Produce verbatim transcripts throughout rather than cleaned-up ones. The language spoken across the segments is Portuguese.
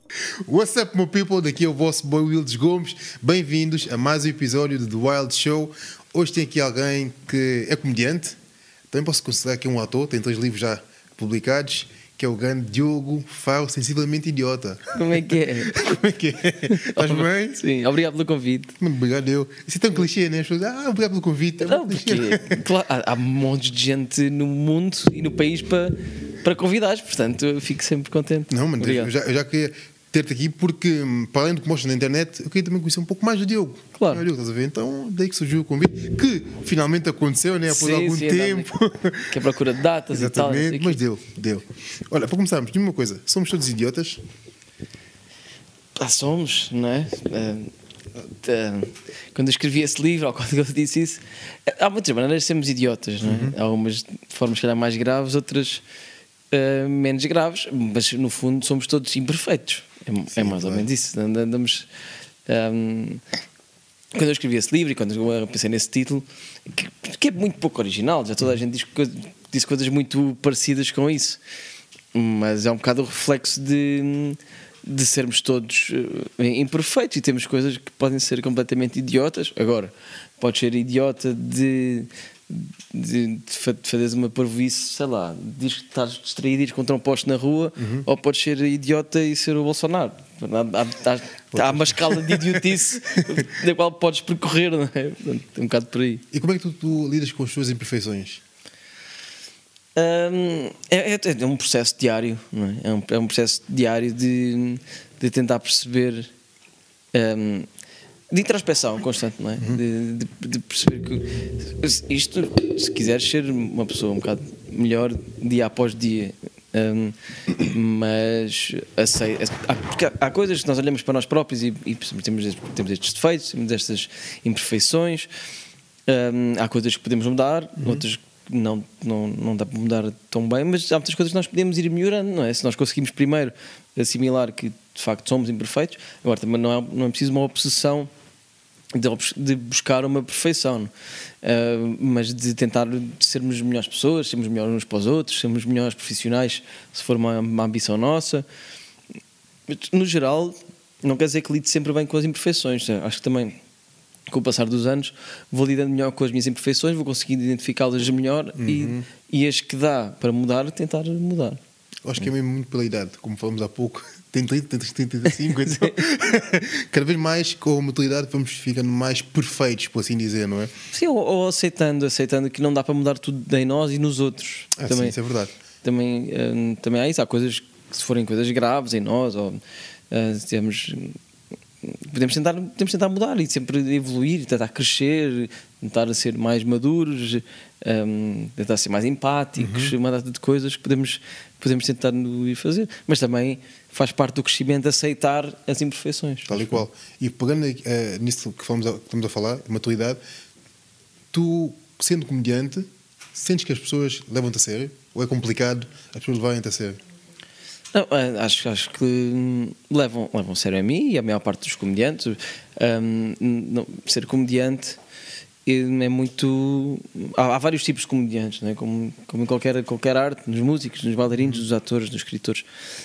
What's up, my people? Daqui é o vosso boy Wildes Gomes. Bem-vindos a mais um episódio do The Wild Show. Hoje tem aqui alguém que é comediante. Também posso considerar que é um ator. Tem três livros já publicados. Que é o grande Diogo Faro, sensivelmente idiota. Como é que é? Como é que é? Estás bem? Sim, obrigado pelo convite. Muito obrigado, eu. Isso é tão clichê, né? As pessoas dizem, ah, obrigado pelo convite. É Não, porque claro, há, há montes de gente no mundo e no país para, para convidares, portanto eu fico sempre contente. Não, mano, Obrigado. eu já, eu já queria ter-te aqui porque, para além do que mostras na internet, eu queria também conhecer um pouco mais do Diogo. Claro. Não é, Diogo, estás a ver? Então, daí que surgiu o convite, que finalmente aconteceu, né? Após Sim, algum sim, tempo. Que é procura de datas e tal. não sei Exatamente, o quê. mas deu, deu. Olha, para começarmos, diz-me uma coisa: somos todos idiotas? Ah, somos, não é? Ah, ah, quando eu escrevi esse livro, ou quando eu disse isso, há muitas maneiras de sermos idiotas, não é? Uhum. Há algumas de formas, se calhar, mais graves, outras ah, menos graves, mas no fundo somos todos imperfeitos. É, Sim, é mais ou claro. menos isso. And- Andamos. ahm, quando eu escrevi esse livro e quando eu pensei nesse título, que, que é muito pouco original, já toda a gente diz, coisa- disse coisas muito parecidas com isso, mas é um bocado o reflexo de, de sermos todos eh, imperfeitos e temos coisas que podem ser completamente idiotas. Agora, podes ser idiota de, de, de fa- de fazeres uma parvoíce, sei lá, diz que estás distraído e ires contra um poste na rua, ou podes ser idiota e ser o Bolsonaro. Há, há, há, há uma escala de idiotice da qual podes percorrer, não é? Portanto, é um bocado por aí. E como é que tu, tu lidas com as tuas imperfeições? Hum, é, é- é um processo diário, não é? É um, é um processo diário de, de tentar perceber, hum, de introspeção constante, não é? De, de- de perceber que isto, se quiseres ser uma pessoa um bocado melhor dia após dia, hum, mas acei- há, porque há, há coisas que nós olhamos para nós próprios e, e temos, estes, temos estes defeitos, temos estas imperfeições. Hum, há coisas que podemos mudar, outras que não, não, não dá para mudar tão bem, mas há muitas coisas que nós podemos ir melhorando, não é? Se nós conseguimos primeiro assimilar que de facto somos imperfeitos, agora também não é, não é preciso uma obsessão de, obs- de buscar uma perfeição, uh, mas de tentar sermos melhores pessoas, sermos melhores uns para os outros, sermos melhores profissionais, se for uma, uma ambição nossa. Mas, no geral, não quer dizer que lide sempre bem com as imperfeições. Acho que também, com o passar dos anos, vou lidando melhor com as minhas imperfeições, vou conseguindo identificá-las melhor e, e as que dá para mudar, tentar mudar. Eu acho que é mesmo muito pela idade, como falamos há pouco. Tem trinta, tem trinta e cinco, então cada vez mais com a maturidade vamos ficando mais perfeitos, por assim dizer, não é? Sim, ou, ou aceitando, aceitando que não dá para mudar tudo em nós e nos outros. Ah, também, sim, isso é verdade. também, hum, também há isso, há coisas que, se forem coisas graves em nós, ou hum, temos, podemos, tentar, podemos tentar mudar e sempre evoluir, tentar crescer, tentar ser mais maduros, hum, tentar ser mais empáticos, uma data de coisas que podemos, podemos tentar ir fazer, mas também faz parte do crescimento aceitar as imperfeições. Tal e qual. E pegando eh, nisso que, falamos a- que estamos a falar, de maturidade, tu, sendo comediante, sentes que as pessoas levam-te a sério? Ou é complicado as pessoas levarem-te a sério? Não, eh, acho, acho que hum, levam, levam a sério a mim e a maior parte dos comediantes. Hum, não- ser comediante é muito. Há, há vários tipos de comediantes, não é? como, como em qualquer, qualquer arte, nos músicos, nos bailarinos, nos atores, nos escritores.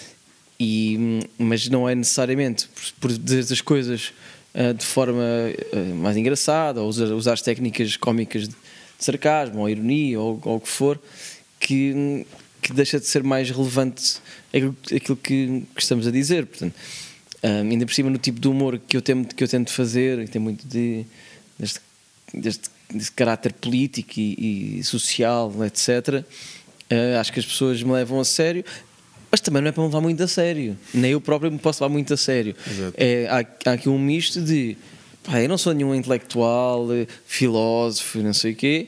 E, hum, mas não é necessariamente por, por dizer as coisas ah, de forma ah, mais engraçada ou usar, usar as técnicas cómicas de sarcasmo ou ironia ou, ou o que for que, hum, que deixa de ser mais relevante aquilo, aquilo que, que estamos a dizer. Portanto, ah, ainda por cima no tipo de humor que eu tento, que eu tento fazer, e tem muito de, deste, deste, deste caráter político e, e social, etcétera. Ah, acho que as pessoas me levam a sério. Mas também não é para me levar muito a sério. Nem eu próprio me posso levar muito a sério. É, há, há aqui um misto de pá, eu não sou nenhum intelectual, eh, filósofo, não sei o quê,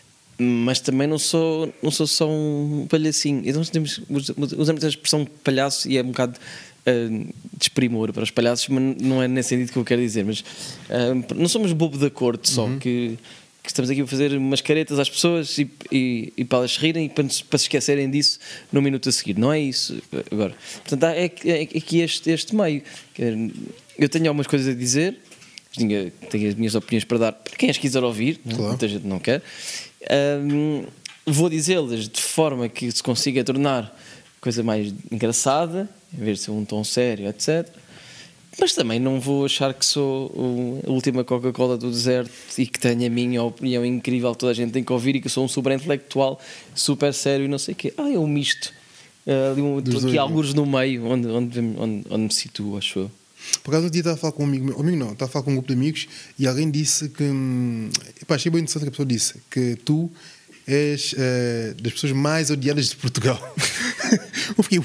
mas também não sou, não sou só um palhacinho. Então temos, usamos a expressão palhaço e é um bocado uh, desprimor para os palhaços, mas não é nesse sentido que eu quero dizer. Mas uh, não somos bobo da corte só, uhum. que, que estamos aqui a fazer umas caretas às pessoas e, e, e para elas rirem e para, para se esquecerem disso no minuto a seguir. Não é isso. Agora, portanto, é, é, é que este, este meio. Eu tenho algumas coisas a dizer, tenho, tenho as minhas opiniões para dar para quem as quiser ouvir, claro. Muita gente não quer. Um, vou dizê-las de forma que se consiga tornar a coisa mais engraçada em vez de ser um tom sério, etcétera. Mas também não vou achar que sou a última Coca-Cola do deserto e que tenho a minha opinião incrível, toda a gente tem que ouvir, e que eu sou um super intelectual, super sério e não sei o quê. Ah, é um misto. Uh, ali um, aqui alguns no meio, onde, onde, onde, onde me situo, acho eu. Por acaso, um dia estava a falar com um amigo meu, amigo não, estava a falar com um grupo de amigos e alguém disse que. Epá, achei bem interessante que a pessoa disse que tu és uh, das pessoas mais odiadas de Portugal. Eu fiquei.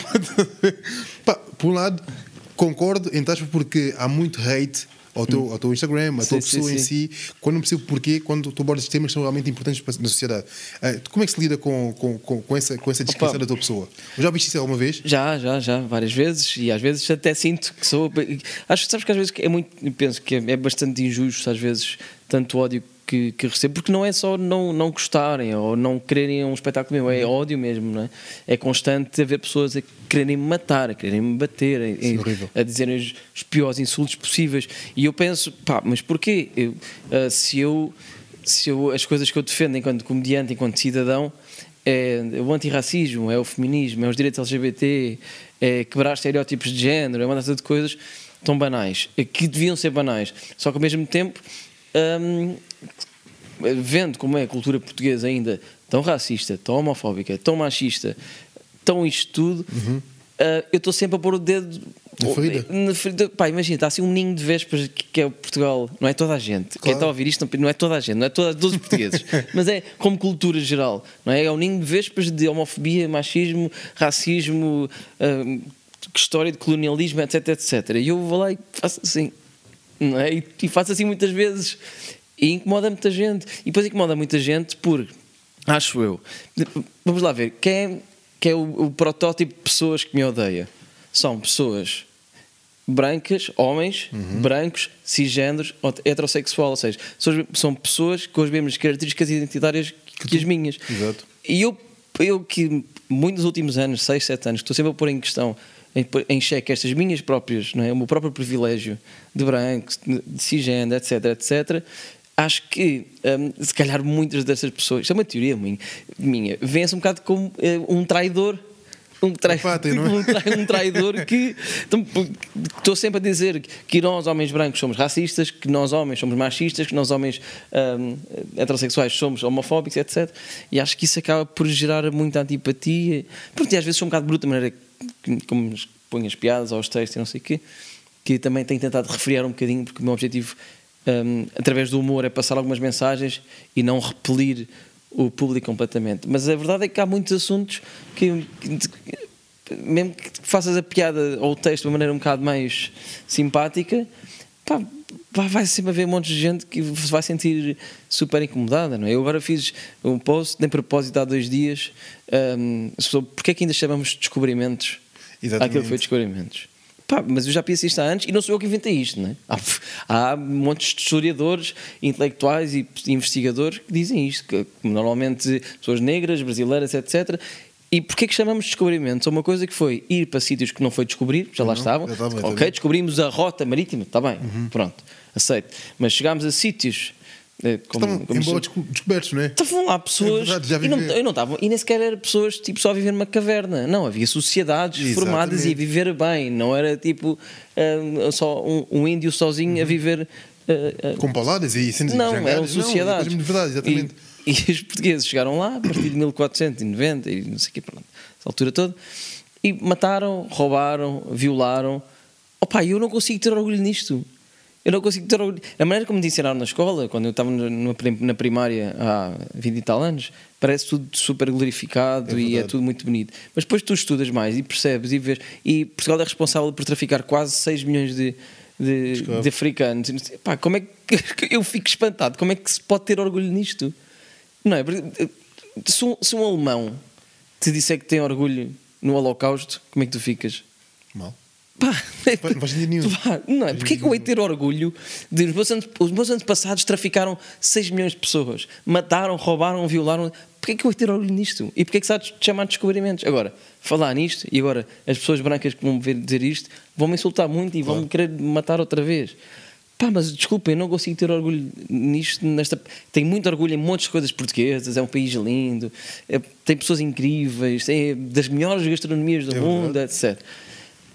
Pá, por um lado, concordo, em aspas, porque há muito hate ao teu, hum. ao teu Instagram, à sim, tua pessoa sim, em sim. si, quando não percebo porquê, quando tu abordas temas que são realmente importantes na sociedade. Uh, como é que se lida com, com, com, com, essa, com essa descrição da tua pessoa? Já viste isso alguma vez? Já, já, já, várias vezes, e às vezes até sinto que sou. Acho que sabes que às vezes é muito. Penso que é bastante injusto, às vezes, tanto ódio que, que recebo, porque não é só não, não gostarem ou não quererem um espetáculo meu, é ódio mesmo, não é? É constante haver pessoas a quererem me matar, a quererem me bater, a, a dizerem os, os piores insultos possíveis, e eu penso, pá, mas porquê? Eu, uh, se, eu, se eu as coisas que eu defendo enquanto comediante, enquanto cidadão, é o antirracismo, é o feminismo, é os direitos L G B T, é quebrar estereótipos de género, é uma data de coisas tão banais, que deviam ser banais, só que ao mesmo tempo, hum, vendo como é a cultura portuguesa ainda tão racista, tão homofóbica, tão machista, tão isto tudo, uhum. uh, eu estou sempre a pôr o dedo na ferida. Na ferida. Pá, imagina, está assim um ninho de vésperas que, que é o Portugal, não é toda a gente. Claro. Quem está a ouvir isto não, não é toda a gente, não é toda, todos os portugueses, mas é como cultura geral, não é? É um ninho de vésperas de homofobia, machismo, racismo, uh, história de colonialismo, etc, etcétera. E eu vou lá e faço assim, não é? E, e faço assim muitas vezes. E incomoda muita gente. E depois incomoda muita gente por, acho eu, vamos lá ver, quem é, quem é o, o protótipo de pessoas que me odeia? São pessoas brancas, homens, uhum. brancos, cisgêneros, heterossexual, ou seja, são pessoas com as mesmas características identitárias que, que as minhas. Exato. E eu, eu que muitos últimos anos, seis, sete anos, estou sempre a pôr em questão, em, em xeque estas minhas próprias, não é? O meu próprio privilégio de branco, de cisgênero, etc, etcétera. Acho que, um, se calhar, muitas dessas pessoas, isto é uma teoria minha, minha vêem-se um bocado como uh, um traidor. Um, trai, Pátio, é? um, trai, um traidor que então, estou sempre a dizer que nós, homens brancos, somos racistas, que nós, homens, somos machistas, que nós, homens um, heterossexuais, somos homofóbicos, etcétera. E acho que isso acaba por gerar muita antipatia. Porque às vezes sou um bocado bruto, da maneira que, como ponho as piadas aos textos e não sei o quê, que também tenho tentado refriar um bocadinho, porque o meu objetivo. Um, através do humor é passar algumas mensagens e não repelir o público completamente, mas a verdade é que há muitos assuntos que, que mesmo que faças a piada ou o texto de uma maneira um bocado mais simpática, pá, vai sempre haver um monte de gente que se vai sentir super incomodada, não é? Eu agora fiz um post de propósito há dois dias um, sobre porque é que ainda chamamos de descobrimentos. Exatamente. Aquilo que foi descobrimentos. Pá, mas eu já pensei isto há anos e não sou eu que inventei isto, não é? Há, há montes de historiadores, intelectuais e investigadores que dizem isto, que normalmente pessoas negras, brasileiras, etcétera. E porquê que chamamos de descobrimentos? É uma coisa que foi ir para sítios que não foi descobrir, já lá não, estavam, já estava, ok, descobrimos a rota marítima, está bem, uhum. Pronto, aceito. Mas chegámos a sítios... Como, estavam como embora se... descobertos, não é? Estavam lá pessoas é verdade, e, não, eu não estava, e nem sequer eram pessoas tipo só a viver numa caverna, não, havia sociedades Exatamente. Formadas e a viver bem, não era tipo uh, só um, um índio sozinho uhum. a viver uh, uh, com pauladas e sem não, jangares. Eram sociedades não, é verdade, exatamente. E, e os portugueses chegaram lá a partir de mil quatrocentos e noventa e não sei o que, pronto, essa altura toda, e mataram, roubaram, violaram. Opa, eu não consigo ter orgulho nisto. Eu não consigo ter orgulho. A maneira como me ensinaram na escola, quando eu estava na primária há vinte e tal anos, parece tudo super glorificado é e é tudo muito bonito. Mas depois tu estudas mais e percebes e vês. E Portugal é responsável por traficar quase seis milhões de, de, de africanos. Pá, como é que eu fico espantado? Como é que se pode ter orgulho nisto? Não é? Se um, se um alemão te disser que tem orgulho no Holocausto, como é que tu ficas? Mal. Pá, não faz sentido nenhum. Pá, não é? Porque é que eu hei de ter orgulho de os meus, ante, os meus antepassados traficaram seis milhões de pessoas, mataram, roubaram, violaram. Porque é que eu hei de ter orgulho nisto? E porque é que se há de chamar de descobrimentos? Agora, falar nisto, e agora as pessoas brancas que vão me ver dizer isto vão me insultar muito e vão me querer matar outra vez. Pá, mas desculpem, eu não consigo ter orgulho nisto. Nesta... Tenho muito orgulho em montes de coisas portuguesas, é um país lindo, é, tem pessoas incríveis, é das melhores gastronomias do é mundo, verdade. etcétera.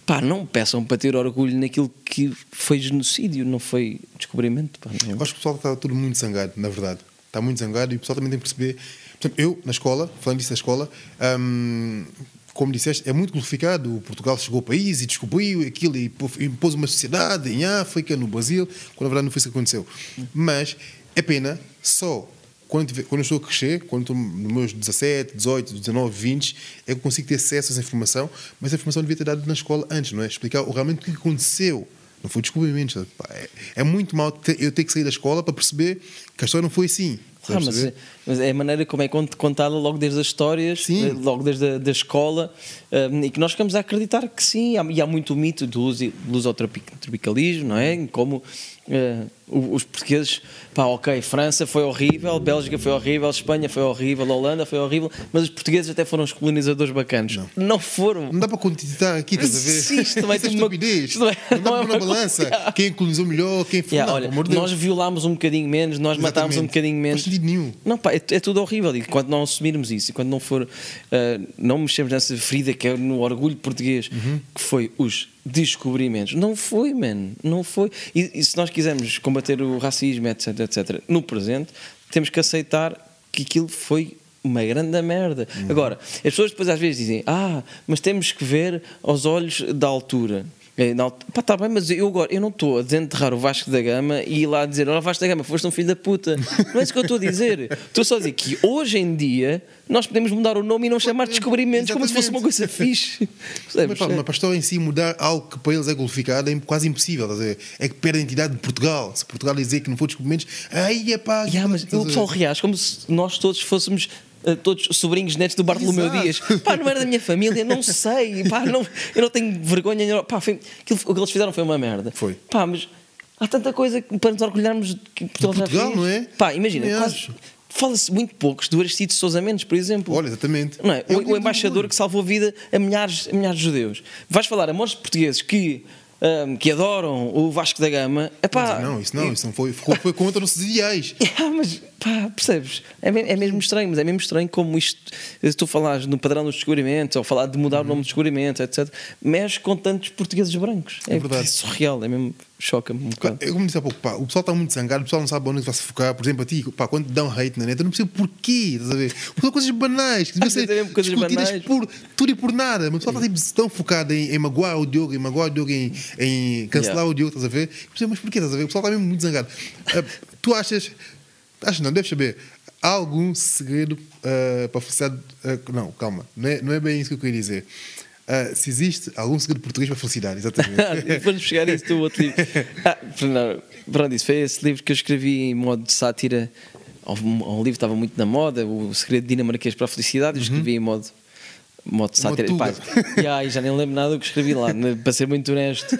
pá, não peçam para ter orgulho naquilo que foi genocídio, não foi descobrimento. Pá, não. Eu acho que o pessoal está tudo muito zangado, na verdade. Está muito zangado e o pessoal também tem que perceber. Por exemplo, eu, na escola, falando disso na escola, hum, como disseste, é muito glorificado. O Portugal chegou ao país e descobriu aquilo e impôs uma sociedade em África, no Brasil, quando na verdade não foi isso que aconteceu. Mas é pena só quando, quando eu estou a crescer, quando estou nos meus dezassete, dezoito, dezanove, vinte, é que eu consigo ter acesso a essa informação, mas a informação devia ter dado na escola antes, não é? Explicar realmente o que aconteceu. Não foi descobrimento. É, é muito mal eu ter que sair da escola para perceber que a história não foi assim. Ah, mas, mas é a maneira como é contada logo desde as histórias, sim. logo desde a da escola, um, e que nós ficamos a acreditar que sim, há, e há muito mito do lusotropicalismo, não é? Como uh, os portugueses, pá, ok, França foi horrível, Bélgica foi horrível, Espanha foi horrível, Holanda foi horrível, mas os portugueses até foram os colonizadores bacanos. Não, não foram. Não dá para quantificar aqui, estás a ver? Sim, isto não é uma estupidez. Não, é, não dá para pôr na balança yeah. quem colonizou melhor, quem foi. Yeah, não, olha, nós violámos um bocadinho menos, nós Exatamente. matámos um bocadinho menos. Não faz sentido nenhum. Não, pá, é, é tudo horrível. E quando não assumirmos isso, e quando não for, uh, não mexemos nessa ferida que é no orgulho português, uhum. que foi os descobrimentos. Não foi, man. Não foi. E, e se nós quisermos combater o racismo, etc, etc, no presente, temos que aceitar que aquilo foi uma grande merda. Uhum. Agora, as pessoas depois às vezes dizem, ah, mas temos que ver aos olhos da altura. Não, pá, tá bem, mas eu agora eu não estou a desenterrar o Vasco da Gama e ir lá dizer, olha, Vasco da Gama, foste um filho da puta. Não é isso que eu estou a dizer. Estou só a dizer que hoje em dia nós podemos mudar o nome e não chamar de descobrimentos. Exatamente. Como se fosse uma coisa fixe. Mas, pá, mas para a história em si mudar algo que para eles é glorificado é quase impossível. É que perde a identidade de Portugal. Se Portugal dizer que não foi descobrimentos, aí é pá. Yeah, mas o pessoal reage como se nós todos fôssemos todos sobrinhos netos do Bartolomeu Exato. Dias. Pá, não era da minha família, não sei. Pá, não, eu não tenho vergonha. Pá, foi, aquilo, o que eles fizeram foi uma merda. Foi. Pá, mas há tanta coisa para nos orgulharmos que Portugal, já Portugal fez. Não é? Pá, imagina, quase, fala-se muito poucos do Aristides Sousa Mendes, por exemplo. Olha, exatamente. Não é? O, o embaixador que salvou a vida a milhares, a milhares de judeus. Vais falar a montes de portugueses que Um, que adoram o Vasco da Gama. Epá, não, isso não, isso não foi, foi, foi contra os ideais. Yeah, mas pá, percebes? É, é mesmo estranho, mas é mesmo estranho como isto, se tu falares no padrão dos descobrimentos ou falar de mudar uhum. o nome dos descobrimentos, etcétera, mexe com tantos portugueses brancos. É, é verdade. É surreal, é mesmo, choca-me um bocado. Eu como disse há pouco, pá, o pessoal está muito zangado, o pessoal não sabe onde vai se focar. Por exemplo, a ti, pá, quando te dão hate na net, eu não percebo porquê, estás a ver? Porque são coisas banais, que deviam ser é coisas discutidas banais. por tudo e por nada. Mas o pessoal está tipo, tão focado em, em magoar o Diogo, em magoar o Diogo, em, em cancelar yeah. o Diogo, estás a ver? Mas porquê, estás a ver? O pessoal está mesmo muito zangado. Uh, tu achas, achas não, deves saber, há algum segredo uh, para a felicidade? Uh, não, calma, não é, não é bem isso que eu queria dizer. Uh, se existe algum segredo português para a felicidade, exatamente. Depois de chegar a isso do outro livro. Ah, não, pronto, isso foi esse livro que eu escrevi em modo de sátira. Um, um livro que estava muito na moda, O Segredo dinamarquês para a Felicidade. Eu escrevi uhum. em modo, modo de sátira. Pá, já, já nem lembro nada do que escrevi lá, para ser muito honesto.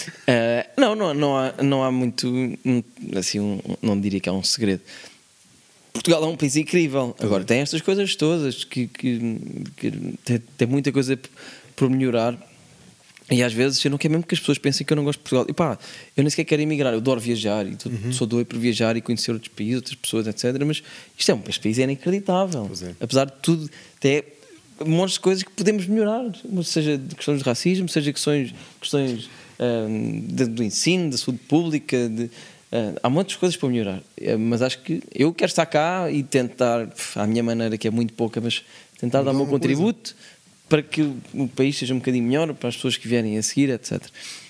Uh, não, não, não, há, não há muito. Assim, um, não diria que há um segredo. Portugal é um país incrível. Agora, tem estas coisas todas que, que, que tem, tem muita coisa por melhorar, e às vezes eu não quero mesmo que as pessoas pensem que eu não gosto de Portugal. E pá, eu nem sequer quero emigrar, eu adoro viajar e tudo, uhum. sou doido por viajar e conhecer outros países, outras pessoas, etcétera. Mas isto é um este país é inacreditável, é. Apesar de tudo, tem um monte de coisas que podemos melhorar, seja de questões de racismo, seja questões, questões um, de, do ensino, da saúde pública, de, uh, há muitas coisas para melhorar. Uh, mas acho que eu quero estar cá e tentar, à minha maneira, que é muito pouca, mas tentar não dar o meu contributo coisa. Para que o país seja um bocadinho melhor, para as pessoas que vierem a seguir, etcétera.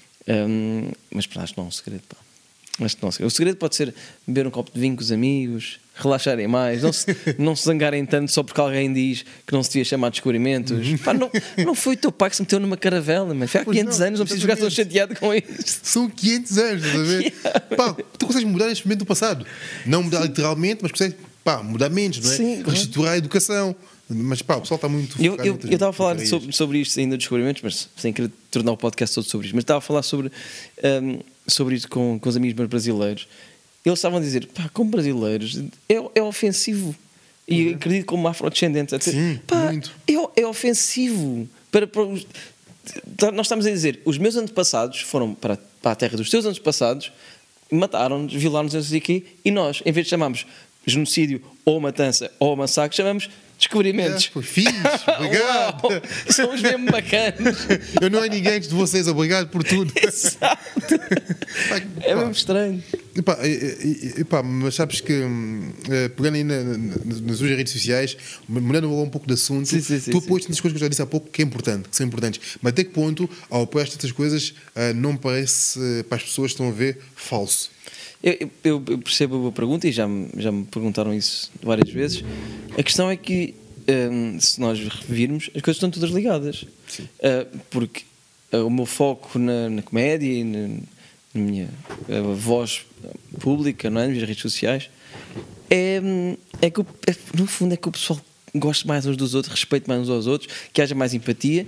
Um, mas para acho que não é um segredo. Pá. Acho que não é um segredo. O segredo pode ser beber um copo de vinho com os amigos, relaxarem mais, não se, não se zangarem tanto só porque alguém diz que não se devia chamar de descobrimentos. Pá, não, não foi o teu pai que se meteu numa caravela, mas foi há quinhentos não, anos, não precisas ficar tão chateado com isso. São quinhentos anos, estás a ver? Yeah. Pá, tu consegues mudar neste momento do passado. Não mudar literalmente, mas consegues pá, mudar menos, não é? Sim, reestruturar a educação. Mas pá, o pessoal está muito Eu eu estava a falar sobre, sobre isto ainda dos descobrimentos, mas sem querer tornar o podcast todo sobre isto. Mas estava a falar sobre, um, sobre isto com, com os amigos meus brasileiros. Eles estavam a dizer, pá, como brasileiros, é, é ofensivo. E uhum. acredito como afrodescendentes. Sim, pá, muito. É, é ofensivo. Para, para os, nós estamos a dizer, os meus antepassados foram para, para a terra dos teus antepassados, mataram-nos, violaram-nos aqui, e nós, em vez de chamarmos genocídio ou matança ou massacre, chamamos descobrimentos. É, fiz, obrigado. Uau, somos mesmo bacanas. Eu não é ninguém antes de vocês, obrigado por tudo. Exato. É mesmo estranho. Epá, epá, mas sabes que, pegando aí na, na, nas suas redes sociais, mudando um pouco de assunto, sim, sim, sim, tu apoias tantas coisas que eu já disse há pouco que é importante, que são importantes, mas até que ponto, ao apoiar tantas coisas, não me parece, para as pessoas que estão a ver, falso? Eu, eu, eu percebo a pergunta e já me, já me perguntaram isso várias vezes. A questão é que, um, se nós revirmos, as coisas estão todas ligadas. Uh, porque uh, o meu foco na, na comédia e na, na minha uh, voz pública, não é? Nas minhas redes sociais, é, é que, é, no fundo, é que o pessoal goste mais uns dos outros, respeite mais uns aos outros, que haja mais empatia.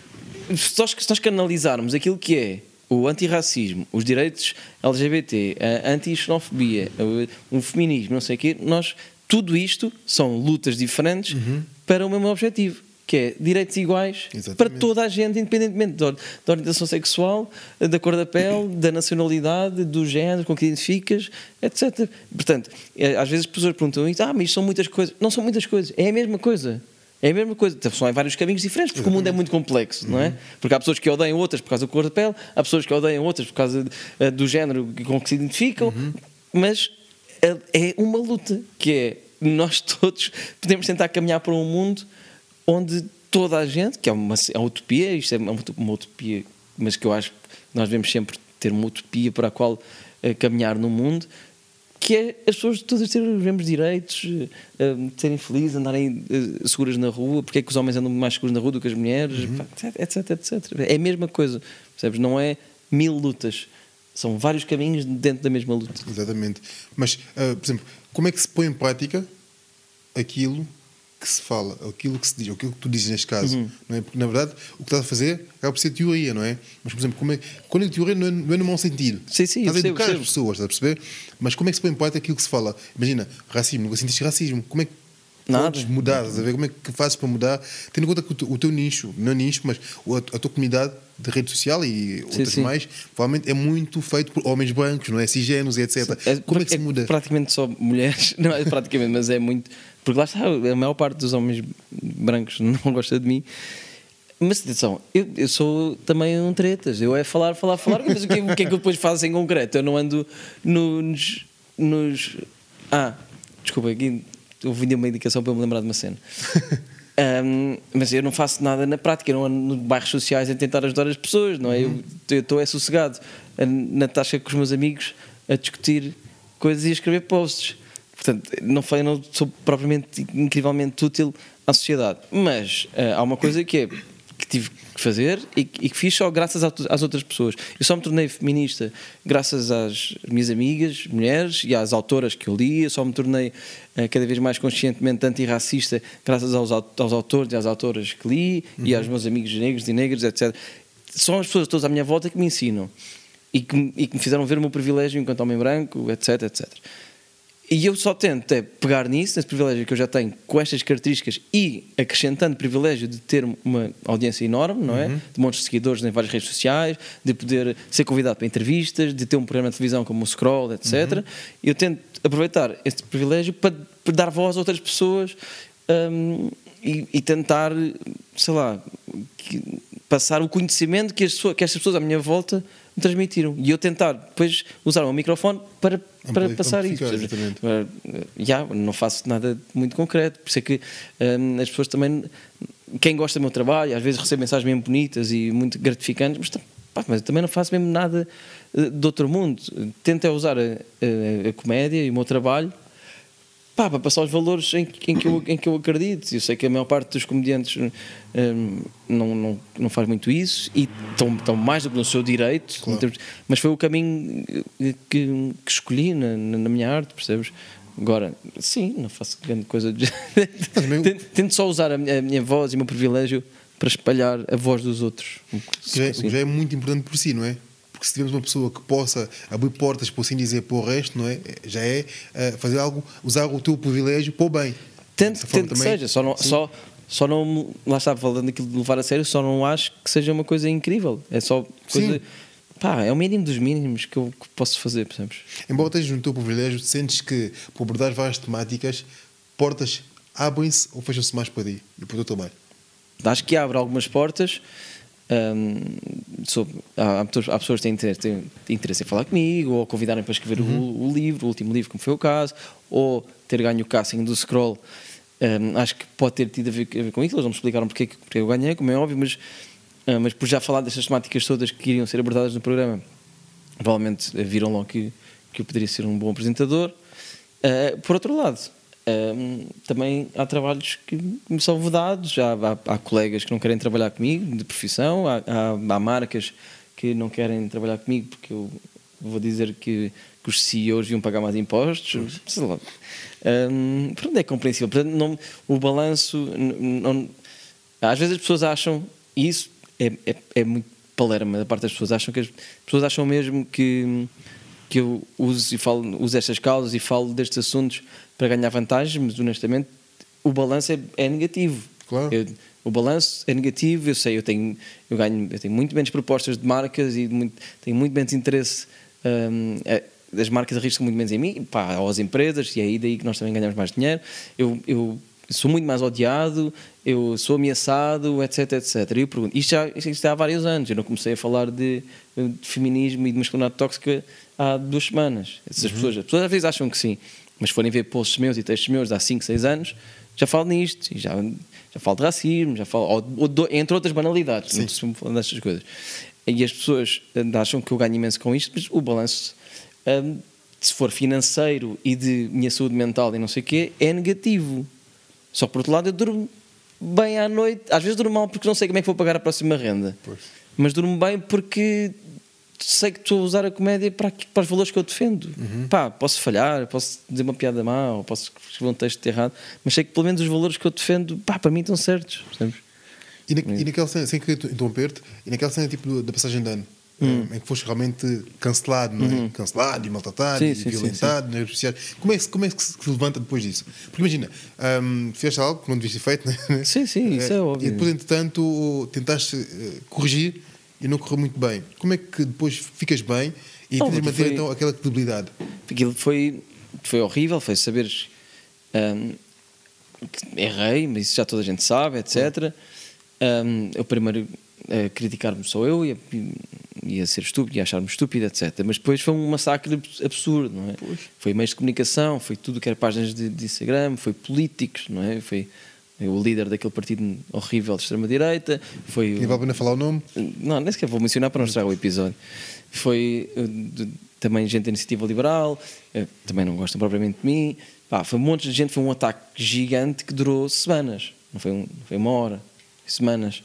Se nós, se nós canalizarmos aquilo que é o antirracismo, os direitos L G B T, a anti-xenofobia, o feminismo, não sei o quê, nós, tudo isto são lutas diferentes uhum. para o mesmo objetivo, que é direitos iguais. Exatamente. Para toda a gente, independentemente da, da orientação sexual, da cor da pele, da nacionalidade, do género com que identificas, etcétera. Portanto, às vezes as pessoas perguntam isso, ah, mas isto são muitas coisas. Não são muitas coisas, é a mesma coisa. É a mesma coisa, são em vários caminhos diferentes, porque Exatamente. O mundo é muito complexo, não é? Porque há pessoas que odeiam outras por causa da cor da pele, há pessoas que odeiam outras por causa uh, do género com que se identificam, uhum. mas uh, é uma luta, que é, nós todos podemos tentar caminhar para um mundo onde toda a gente, que é uma, é uma utopia, isto é uma, uma utopia, mas que eu acho que nós devemos sempre ter uma utopia para a qual uh, caminhar no mundo, que é as pessoas todas terem os mesmos direitos, uh, serem felizes, andarem uh, seguras na rua, porque é que os homens andam mais seguros na rua do que as mulheres, uhum. etc, etc. É a mesma coisa, percebes? Não é mil lutas, são vários caminhos dentro da mesma luta. Exatamente. Mas, uh, por exemplo, como é que se põe em prática aquilo que se fala, aquilo que se diz, aquilo que tu dizes neste caso, uhum. não é? Porque na verdade o que estás a fazer acaba por ser teoria, não é? Mas por exemplo, como é, quando é teoria não é, não é no mau sentido, sim, sim, estás a educar percebo. as pessoas, estás a perceber? Mas como é que se põe em prática aquilo que se fala? Imagina, racismo, nunca sentiste racismo, como é que Nada. podes mudar, estás a ver? Como é que fazes para mudar, tendo em conta que o teu, o teu nicho, não é nicho, mas a, a tua comunidade de rede social e sim, outras sim. mais, provavelmente é muito feito por homens brancos, não é? Cisgêneros e etcétera. É, como é que se muda? É praticamente só mulheres, não é praticamente, mas é muito. Porque lá está, a maior parte dos homens brancos não gosta de mim. Mas atenção, eu, eu sou também um tretas. Eu é falar, falar, falar. Mas o que, o que é que eu depois faço em concreto? Eu não ando nos. nos ah, desculpa, aqui eu vim uma indicação para eu me lembrar de uma cena. Um, mas eu não faço nada na prática. Eu não ando nos bairros sociais a tentar ajudar as pessoas, não é? Uhum. Eu estou é sossegado na tasca com os meus amigos a discutir coisas e a escrever posts. Portanto, não, eu não sou propriamente incrivelmente útil à sociedade, mas uh, há uma coisa que é que tive que fazer e, e que fiz só graças às outras pessoas. Eu só me tornei feminista graças às minhas amigas, mulheres, e às autoras que eu li. Eu só me tornei uh, cada vez mais conscientemente antirracista graças aos, aos autores e às autoras que li, uhum. e aos meus amigos negros e negras, etcétera. São as pessoas todas à minha volta que me ensinam e que, e que me fizeram ver o meu privilégio enquanto homem branco, etc, etcétera. E eu só tento é pegar nisso, nesse privilégio que eu já tenho com estas características e acrescentando o privilégio de ter uma audiência enorme, não é? Uhum. De montes de seguidores em várias redes sociais, de poder ser convidado para entrevistas, de ter um programa de televisão como o Scroll, etcétera. Uhum. Eu tento aproveitar este privilégio para, para dar voz a outras pessoas um, e, e tentar, sei lá, que, passar o conhecimento que, as, que estas pessoas à minha volta me transmitiram. E eu tentar depois usar o microfone para, para passar isso. Uh, yeah, não faço nada muito concreto. Por isso é que um, as pessoas também, quem gosta do meu trabalho, às vezes recebe mensagens mesmo bonitas e muito gratificantes, mas, pá, mas eu também não faço mesmo nada uh, de outro mundo. Tento é usar a, a, a comédia e o meu trabalho, pá, para passar os valores em, em, que eu, em que eu acredito. Eu sei que a maior parte dos comediantes um, não, não, não faz muito isso e estão, estão mais do que no seu direito, claro. Termos, mas foi o caminho que, que escolhi na, na minha arte, percebes? Agora, sim, não faço grande coisa de... tento, tento só usar a minha, a minha voz e o meu privilégio para espalhar a voz dos outros. Já é, já é muito importante por si, não é? Porque se tivermos uma pessoa que possa abrir portas, por assim dizer, para o resto, não é? Já é uh, fazer algo, usar o teu privilégio para o bem. Tento, tento que seja, só não, só, só não, lá está, falando daquilo de levar a sério, só não acho que seja uma coisa incrível. É só coisa, pá, é o mínimo dos mínimos que eu que posso fazer, percebes? Embora estejas no teu privilégio, sentes que, por abordar várias temáticas, portas abrem-se ou fecham-se mais para ti e para o teu trabalho? Acho que abre algumas portas. hum, sobre, há, há pessoas há pessoas que têm interesse, têm interesse em falar comigo, ou convidarem para escrever uhum. o, o livro, o último livro, como foi o caso, ou ter ganho o casting do Scroll. hum, acho que pode ter tido a ver, a ver com isso. Eles não me explicaram porque, porque eu ganhei, como é óbvio, mas, hum, mas por já falar destas temáticas todas que iriam ser abordadas no programa, provavelmente viram logo que, que eu poderia ser um bom apresentador. Uh, por outro lado, um, também há trabalhos que me são vedados. Há, há, há colegas que não querem trabalhar comigo de profissão, há, há, há marcas que não querem trabalhar comigo porque eu vou dizer que, que os C E Os iam pagar mais impostos. Sei lá. Um, pronto, é compreensível. Portanto, não, o balanço não, não, às vezes as pessoas acham, e isso é, é, é muito palerma da parte das pessoas, acham que as pessoas acham mesmo que que eu uso, e falo, uso estas causas e falo destes assuntos para ganhar vantagens, mas honestamente o balanço é, é negativo. Claro. Eu, o balanço é negativo, eu sei, eu tenho, eu ganho, eu tenho muito menos propostas de marcas e muito, tenho muito menos interesse. Hum, é, as marcas arriscam muito menos em mim, pá, ou as empresas, e é aí daí que nós também ganhamos mais dinheiro. Eu, eu sou muito mais odiado, eu sou ameaçado, etc, etcétera. E eu pergunto, isto já, isto há vários anos, eu não comecei a falar de, de feminismo e de masculinidade tóxica há duas semanas. Essas uhum. pessoas, as pessoas às vezes acham que sim, mas se forem ver posts meus e textos meus de há cinco, seis anos, já falo nisto, e já, já falo de racismo, já falo, ou, ou, entre outras banalidades, não estou falando destas coisas. E as pessoas acham que eu ganho imenso com isto, mas o balanço, hum, se for financeiro e de minha saúde mental e não sei o quê, é negativo. Só que por outro lado eu durmo bem à noite, às vezes durmo mal porque não sei como é que vou pagar a próxima renda, pois. Mas durmo bem porque sei que estou a usar a comédia para, para os valores que eu defendo. Uhum. Pá, posso falhar, posso dizer uma piada má, ou posso escrever um texto errado, mas sei que pelo menos os valores que eu defendo, pá, para mim estão certos, percebes? E, na, e naquela cena, sem querer interromper-te, e naquela cena tipo da passagem de ano, hum. em que foste realmente cancelado, não é? Uhum. Cancelado e maltratado sim, e sim, violentado sim, sim. nas redes sociais. Como é, que, como é que se levanta depois disso? Porque imagina, um, fizeste algo que não devias ter feito, né? Sim, sim, isso é óbvio. E depois, entretanto, tentaste uh, corrigir e não correu muito bem. Como é que depois ficas bem e oh, tentas manter foi, então aquela credibilidade? Aquilo foi, foi horrível, foi saberes um, que errei, mas isso já toda a gente sabe, etcétera. Um, eu primeiro a criticar-me sou eu, ia, ia ser estúpido, ia achar-me estúpido, etcétera. Mas depois foi um massacre absurdo, não é? Pois. Foi meios de comunicação, foi tudo que era páginas de, de Instagram, foi políticos, não é? Foi o líder daquele partido horrível de extrema-direita. Foi e vale a pena falar o nome? Não, nem sequer vou mencionar para não estragar o episódio. Foi de, também gente da Iniciativa Liberal, também não gostam propriamente de mim. Pá, foi um monte de gente, foi um ataque gigante que durou semanas, não foi, um, não foi uma hora, semanas.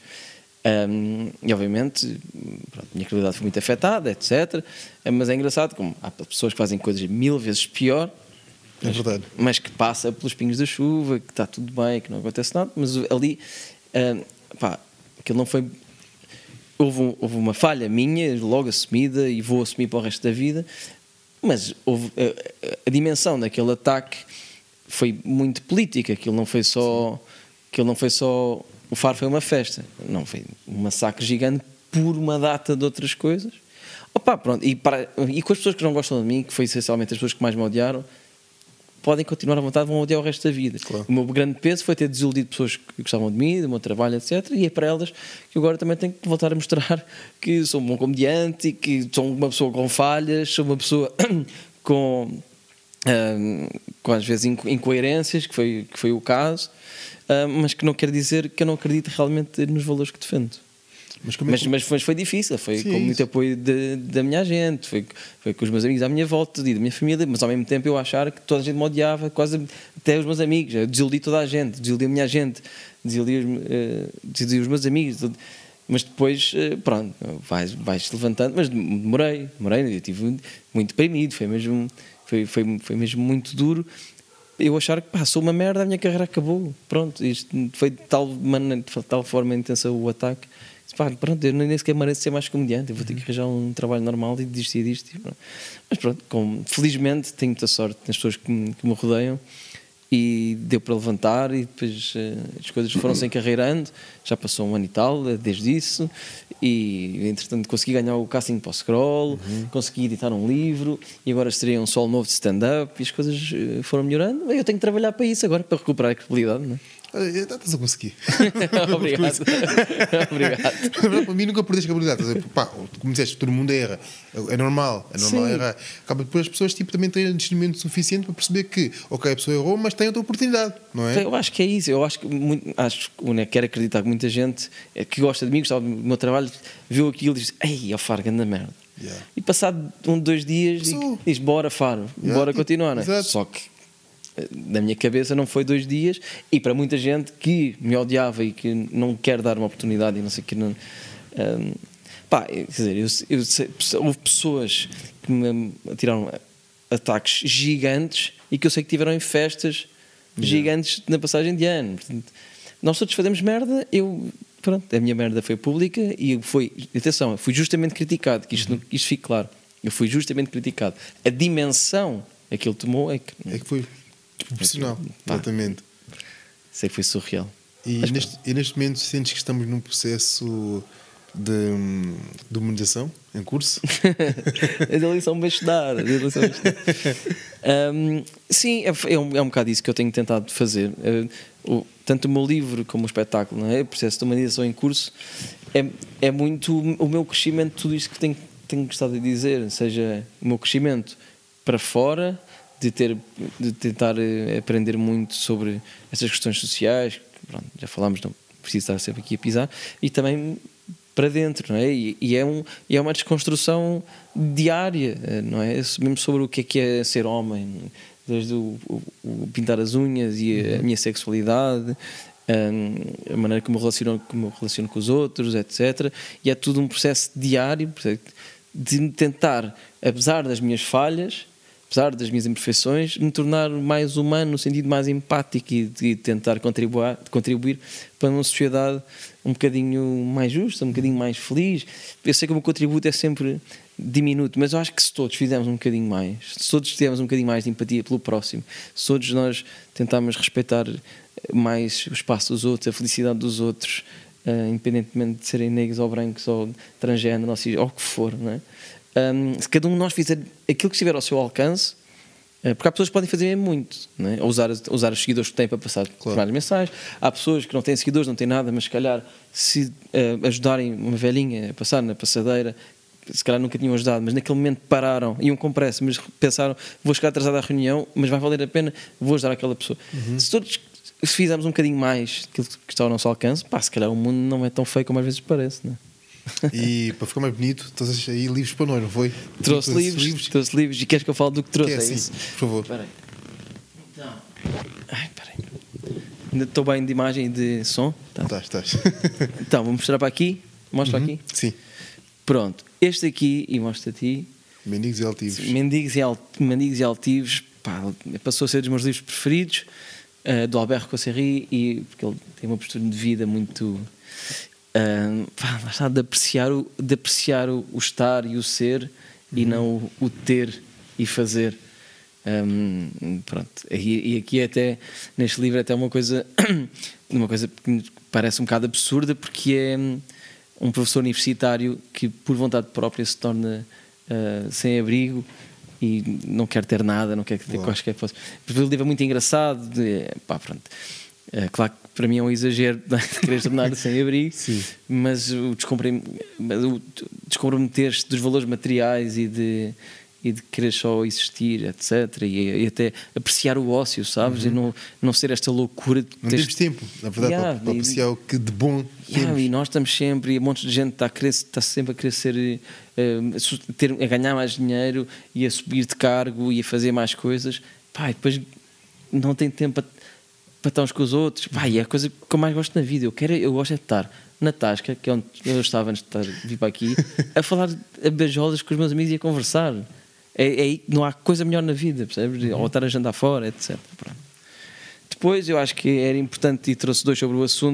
Um, e obviamente pronto, a minha credibilidade foi muito afetada, etcétera. Mas é engraçado como há pessoas que fazem coisas mil vezes pior, é verdade. Mas, mas que passa pelos pingos da chuva, que está tudo bem, que não acontece nada. Mas ali um, pá, aquilo não foi. Houve, um, houve uma falha minha, logo assumida, e vou assumir para o resto da vida. Mas houve, a, a dimensão daquele ataque foi muito política. Aquilo não foi só. Aquilo não foi só. O Faro foi uma festa, não foi um massacre gigante por uma data de outras coisas. Opa, pronto, e, para, e com as pessoas que não gostam de mim, que foi essencialmente as pessoas que mais me odiaram, podem continuar à vontade, vão odiar o resto da vida. Claro. O meu grande peso foi ter desiludido pessoas que gostavam de mim, do meu trabalho, etcétera. E é para elas que agora também tenho que voltar a mostrar que sou um bom comediante, e que sou uma pessoa com falhas, sou uma pessoa com, um, com às vezes incoerências, que foi, que foi o caso. Uh, mas que não quer dizer que eu não acredito realmente nos valores que defendo. Mas, como é que... mas, mas foi difícil, foi sim, com muito isso. apoio de, da minha gente, foi, foi com os meus amigos à minha volta e da minha família, mas ao mesmo tempo eu achar que toda a gente me odiava, quase até os meus amigos. Eu desiludi toda a gente, desiludi a minha gente, desiludi os, uh, desiludi os meus amigos. Mas depois, uh, pronto, vais, vais levantando. Mas demorei, demorei, eu estive muito deprimido, foi mesmo, foi, foi, foi mesmo muito duro. Eu achar que pá, sou uma merda, a minha carreira acabou. Pronto, isto foi de tal, maneira, de tal forma intensa o ataque. Pá, pronto, eu nem sequer mereço ser mais comediante. Eu vou ter que arranjar um trabalho normal e desistir disto. E pronto. Mas pronto, com, felizmente tenho muita sorte nas pessoas que me, que me rodeiam e deu para levantar, e depois uh, as coisas foram-se encarreirando. Já passou um ano e tal desde isso, e entretanto consegui ganhar o casting para o Scroll, uhum. consegui editar um livro, e agora estreia um solo novo de stand-up, e as coisas uh, foram melhorando. Eu tenho que trabalhar para isso agora, para recuperar a credibilidade, não é? Estás a conseguir. Obrigado. Obrigado. Para mim nunca perdeste a credibilidade. Pá, como disseste, todo mundo erra. É normal, é normal Sim. errar. Acaba depois as pessoas tipo, também têm discernimento suficiente para perceber que, ok, a pessoa errou, mas tem outra oportunidade, não é? Eu acho que é isso. Eu acho que, muito, acho que né, quero acreditar que muita gente que gosta de mim, gostava do meu trabalho, viu aquilo e diz: ei, ó Faro, grande merda. Yeah. E passado um, dois dias, so, diz: bora, Faro, yeah, bora tipo, continuar. Né? Só que na minha cabeça não foi dois dias, e para muita gente que me odiava e que não quer dar uma oportunidade e não sei o que não, um, pá, quer dizer, eu, eu sei, houve pessoas que me tiraram ataques gigantes e que eu sei que tiveram em festas yeah. gigantes na passagem de ano. Portanto, nós todos fazemos merda. Eu, pronto, a minha merda foi pública e foi, atenção, eu fui justamente criticado, que isto, uhum. isto fique claro, eu fui justamente criticado. A dimensão a que ele tomou é que, é que foi profissional, exatamente. Sei que foi surreal. E neste, e neste momento sentes que estamos num processo de, de humanização em curso? As eleições são bem estudadas. um, Sim, é, é, um, é um bocado isso que eu tenho tentado fazer. Uh, o, tanto o meu livro como o espetáculo, não é? O processo de humanização em curso é, é muito o meu crescimento, tudo isto que tenho, tenho gostado de dizer, seja o meu crescimento para fora, de, ter, de tentar aprender muito sobre essas questões sociais, que, pronto, já falámos, não preciso estar sempre aqui a pisar, e também para dentro, não é? E, e, é, um, e é uma desconstrução diária, não é? Mesmo sobre o que é que é ser homem, desde o, o, o pintar as unhas e a, a minha sexualidade, a, a maneira como eu, relaciono, como eu relaciono com os outros, etcétera. E é tudo um processo diário de tentar, apesar das minhas falhas, apesar das minhas imperfeições, me tornar mais humano, no sentido mais empático, e de tentar contribuir, contribuir para uma sociedade um bocadinho mais justa, um bocadinho mais feliz. Eu sei que o meu contributo é sempre diminuto, mas eu acho que se todos fizermos um bocadinho mais, se todos tivermos um bocadinho mais de empatia pelo próximo, se todos nós tentarmos respeitar mais o espaço dos outros, a felicidade dos outros, uh, independentemente de serem negros ou brancos ou transgénero, ou, ou o que for, não é? Um, se cada um de nós fizer aquilo que estiver ao seu alcance, uh, porque há pessoas que podem fazer muito, não é? usar, usar os seguidores que têm para passar claro. mensagens. Há pessoas que não têm seguidores, não têm nada, mas se calhar se uh, ajudarem uma velhinha a passar na passadeira, se calhar nunca tinham ajudado, mas naquele momento pararam, iam com pressa, mas pensaram: vou chegar atrasado à reunião, mas vai valer a pena, vou ajudar aquela pessoa. Uhum. Se todos se fizermos um bocadinho mais daquilo que está ao nosso alcance, pá, se calhar o mundo não é tão feio como às vezes parece, não é? E para ficar mais bonito, trouxe aí livros para nós, não foi? Trouxe livros, livros. trouxe livros. E queres que eu fale do que trouxe? Que é, é sim, isso? por favor. Espera aí. Então. Ai, espera aí. Ainda estou bem de imagem e de som? Tá. Estás, estás. Então, vou mostrar para aqui. Mostra uhum. aqui? Sim. Pronto. Este aqui, e mostro a ti. Mendigos e Altivos. Mendigos e, Al... Mendigos e Altivos. Pá, passou a ser dos meus livros preferidos, uh, do Albert Cosserry, e porque ele tem uma postura de vida muito... Uh, pá, de apreciar, o, de apreciar o, o estar e o ser, uhum. e não o, o ter e fazer. Um, pronto. E, e aqui até neste livro até uma coisa uma coisa que me parece um bocado absurda, porque é um professor universitário que por vontade própria se torna uh, sem abrigo e não quer ter nada, não quer ter wow. quaisquer coisa. O livro é muito engraçado, de, pá, pronto. É, claro que para mim é um exagero de querer tornar sem abrigo, mas o descomprometer-se dos valores materiais e de, e de querer só existir, etcétera. E, e até apreciar o ócio, sabes? Uhum. E não, não ser esta loucura de não tens tempo, na verdade, yeah, para, para apreciar o que de bom yeah, temos. E nós estamos sempre, e um monte de gente está, a querer, está sempre a querer ser, uh, ter, a ganhar mais dinheiro e a subir de cargo e a fazer mais coisas. Pá, e depois não tem tempo a para estar uns com os outros. Pá, e é a coisa que eu mais gosto na vida. Eu, quero, eu gosto é de estar na Tasca, que é onde eu estava antes de estar, vir para aqui, a falar a beijolas com os meus amigos e a conversar. É, é, não há coisa melhor na vida, percebes? Uhum. Ou estar a jantar fora, etcétera. Pronto. Depois eu acho que era importante, e trouxe dois sobre o assunto,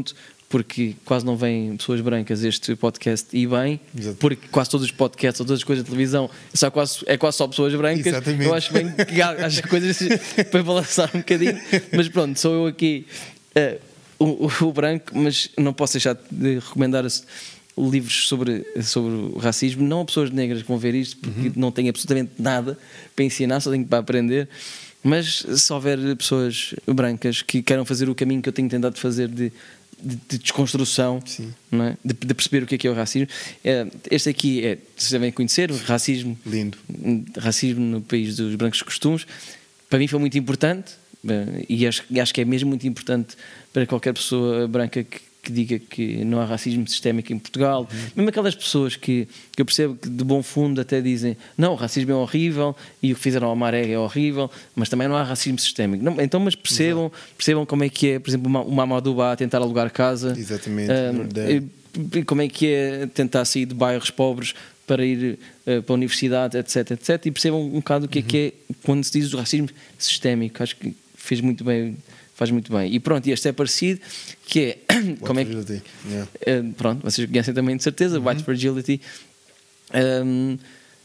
porque quase não vêm pessoas brancas a este podcast e bem, Exato. porque quase todos os podcasts ou todas as coisas de televisão só quase, é quase só pessoas brancas. Exatamente. Eu acho bem que há, há coisas para balançar um bocadinho, mas pronto, sou eu aqui uh, o, o, o branco, mas não posso deixar de recomendar livros sobre, sobre o racismo, não a pessoas negras que vão ver isto, porque uhum. não têm absolutamente nada para ensinar, só tenho para aprender. Mas se houver pessoas brancas que queiram fazer o caminho que eu tenho tentado fazer de, de, de desconstrução, não é? de, de perceber o que é que é o racismo, é, este aqui é, vocês devem conhecer, o racismo, lindo, racismo no país dos brancos costumes. Para mim foi muito importante, e acho, acho que é mesmo muito importante para qualquer pessoa branca que, que diga que não há racismo sistémico em Portugal. Uhum. Mesmo aquelas pessoas que, que eu percebo que de bom fundo até dizem não, o racismo é horrível e o que fizeram ao Maré é horrível, mas também não há racismo sistémico. Não, então, mas percebam, percebam como é que é, por exemplo, o Mamadou Ba a tentar alugar casa. Exatamente. Um, e como é que é tentar sair de bairros pobres para ir uh, para a universidade, etc, etc. E percebam um bocado o que uhum. é que é quando se diz o racismo sistémico. Acho que fez muito bem, faz muito bem. E pronto, e este é parecido, que é como é que, yeah. uh, pronto, vocês conhecem também de certeza, uhum. White Fragility, um,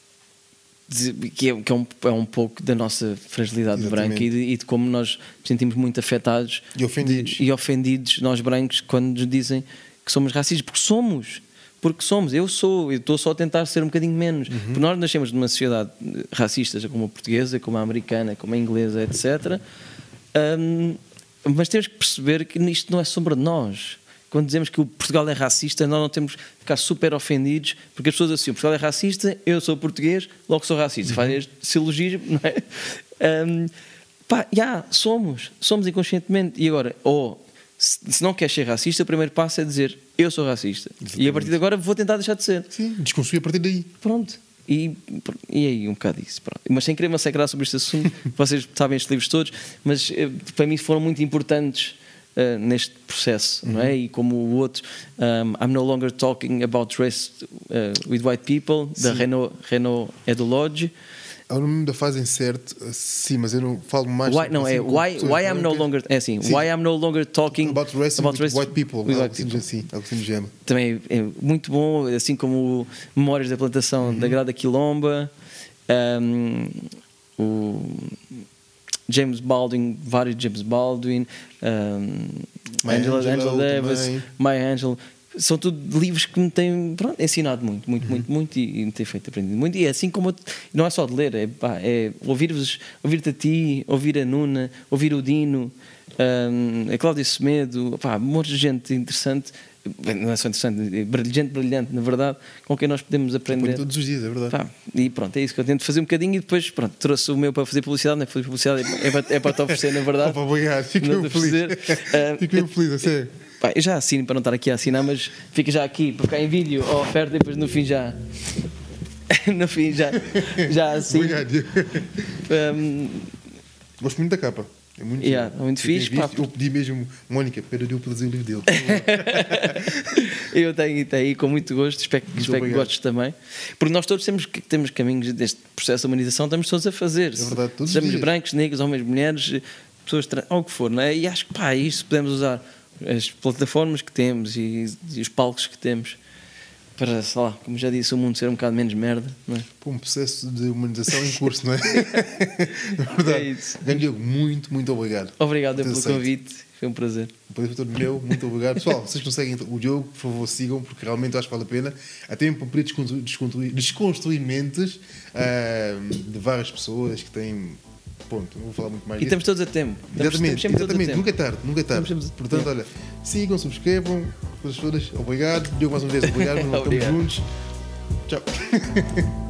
que, é, que é, um, é um pouco da nossa fragilidade branca e de, e de como nós nos sentimos muito afetados e ofendidos. De, e ofendidos, nós brancos, quando nos dizem que somos racistas, porque somos. Porque somos, eu sou, eu estou só a tentar ser um bocadinho menos. Uhum. Porque nós nascemos numa sociedade racista, como a portuguesa, como a americana, como a inglesa, etcétera. Um, mas temos que perceber que isto não é sobre nós. Quando dizemos que o Portugal é racista, nós não temos que ficar super ofendidos, porque as pessoas assim, o Portugal é racista, eu sou português, logo sou racista. Uhum. Fazem este silogismo, não é? Um, pá, já, yeah, somos, somos inconscientemente. E agora, ou... Oh, se não queres ser racista, o primeiro passo é dizer eu sou racista. Exatamente. E a partir de agora vou tentar deixar de ser. Sim, desconstruir a partir daí. Pronto. E, e aí um bocado isso. Pronto. Mas sem querer massacrar sobre este assunto, vocês sabem estes livros todos, mas para mim foram muito importantes uh, neste processo, uhum. não é? E como o outro, um, I'm no longer talking about race uh, with white people, da Renaud, Renaud Edulodge. É o nome da fase certo, sim, mas eu não falo mais. Why, não, assim, é why, why I'm no longer. É assim, sim. Why I'm no longer talking about race about with race white people. With algo white people. Assim, algo assim do género. Também é muito bom, assim como Memórias da Plantação uhum. da Grada Quilomba, um, o James Baldwin, vários James Baldwin, um, Angela, Angela Davis, Maya Angelou. São tudo livros que me têm pronto, ensinado muito, muito, uhum. muito, muito e, e me têm feito aprender muito. E é assim como eu, não é só de ler, é, pá, é ouvir-vos, ouvir-te a ti, ouvir a Nuna, ouvir o Dino, um, a Cláudia Semedo, pá, um monte de gente interessante, não é só interessante, é brilhante, brilhante, na verdade, com quem nós podemos aprender. Todos os dias, é verdade. Pá, e pronto, é isso que eu tento fazer um bocadinho e depois, pronto, trouxe o meu para fazer publicidade, não é fazer publicidade, é para, é para te oferecer, na verdade. Oh, obrigado, fico mesmo feliz. Uh, fico mesmo feliz, a sério. Pá, eu já assino para não estar aqui a assinar, mas fica já aqui para ficar em vídeo a oferta e depois no fim já no fim já, já assino. Obrigado. Um, Gosto muito da capa. É muito, yeah, é muito fixe. Visto, eu pedi mesmo, Mónica, para eu produzir o livro dele. Eu tenho até aí com muito gosto, espero, muito espero que gostes também. Porque nós todos temos, temos caminhos deste processo de humanização, estamos todos a fazer. É verdade, todos Sejamos os dias. brancos, negros, homens, mulheres, pessoas trans, ou o que for, não é? E acho que pá, isso podemos usar as plataformas que temos e, e os palcos que temos para, sei lá, como já disse, o mundo ser um bocado menos merda, não é? Pô, um processo de humanização em curso, não é? É verdade. É isso. Diogo, muito, muito obrigado. Obrigado pelo aceito. Convite, foi um prazer. O prazer foi todo meu, muito obrigado. Pessoal, vocês conseguem o Diogo, por favor, sigam, porque realmente acho que vale a pena. Há tempo para desconstruir, desconstruir, desconstruir mentes uh, de várias pessoas que têm. Ponto, não vou falar muito mais e disso. Estamos todos a tempo. Exatamente, estamos exatamente. Nunca é tarde, nunca é tarde. Portanto, olha, sigam, subscrevam, coisas todas. Obrigado. Diogo, mais uma vez, obrigado. Estamos juntos. Tchau.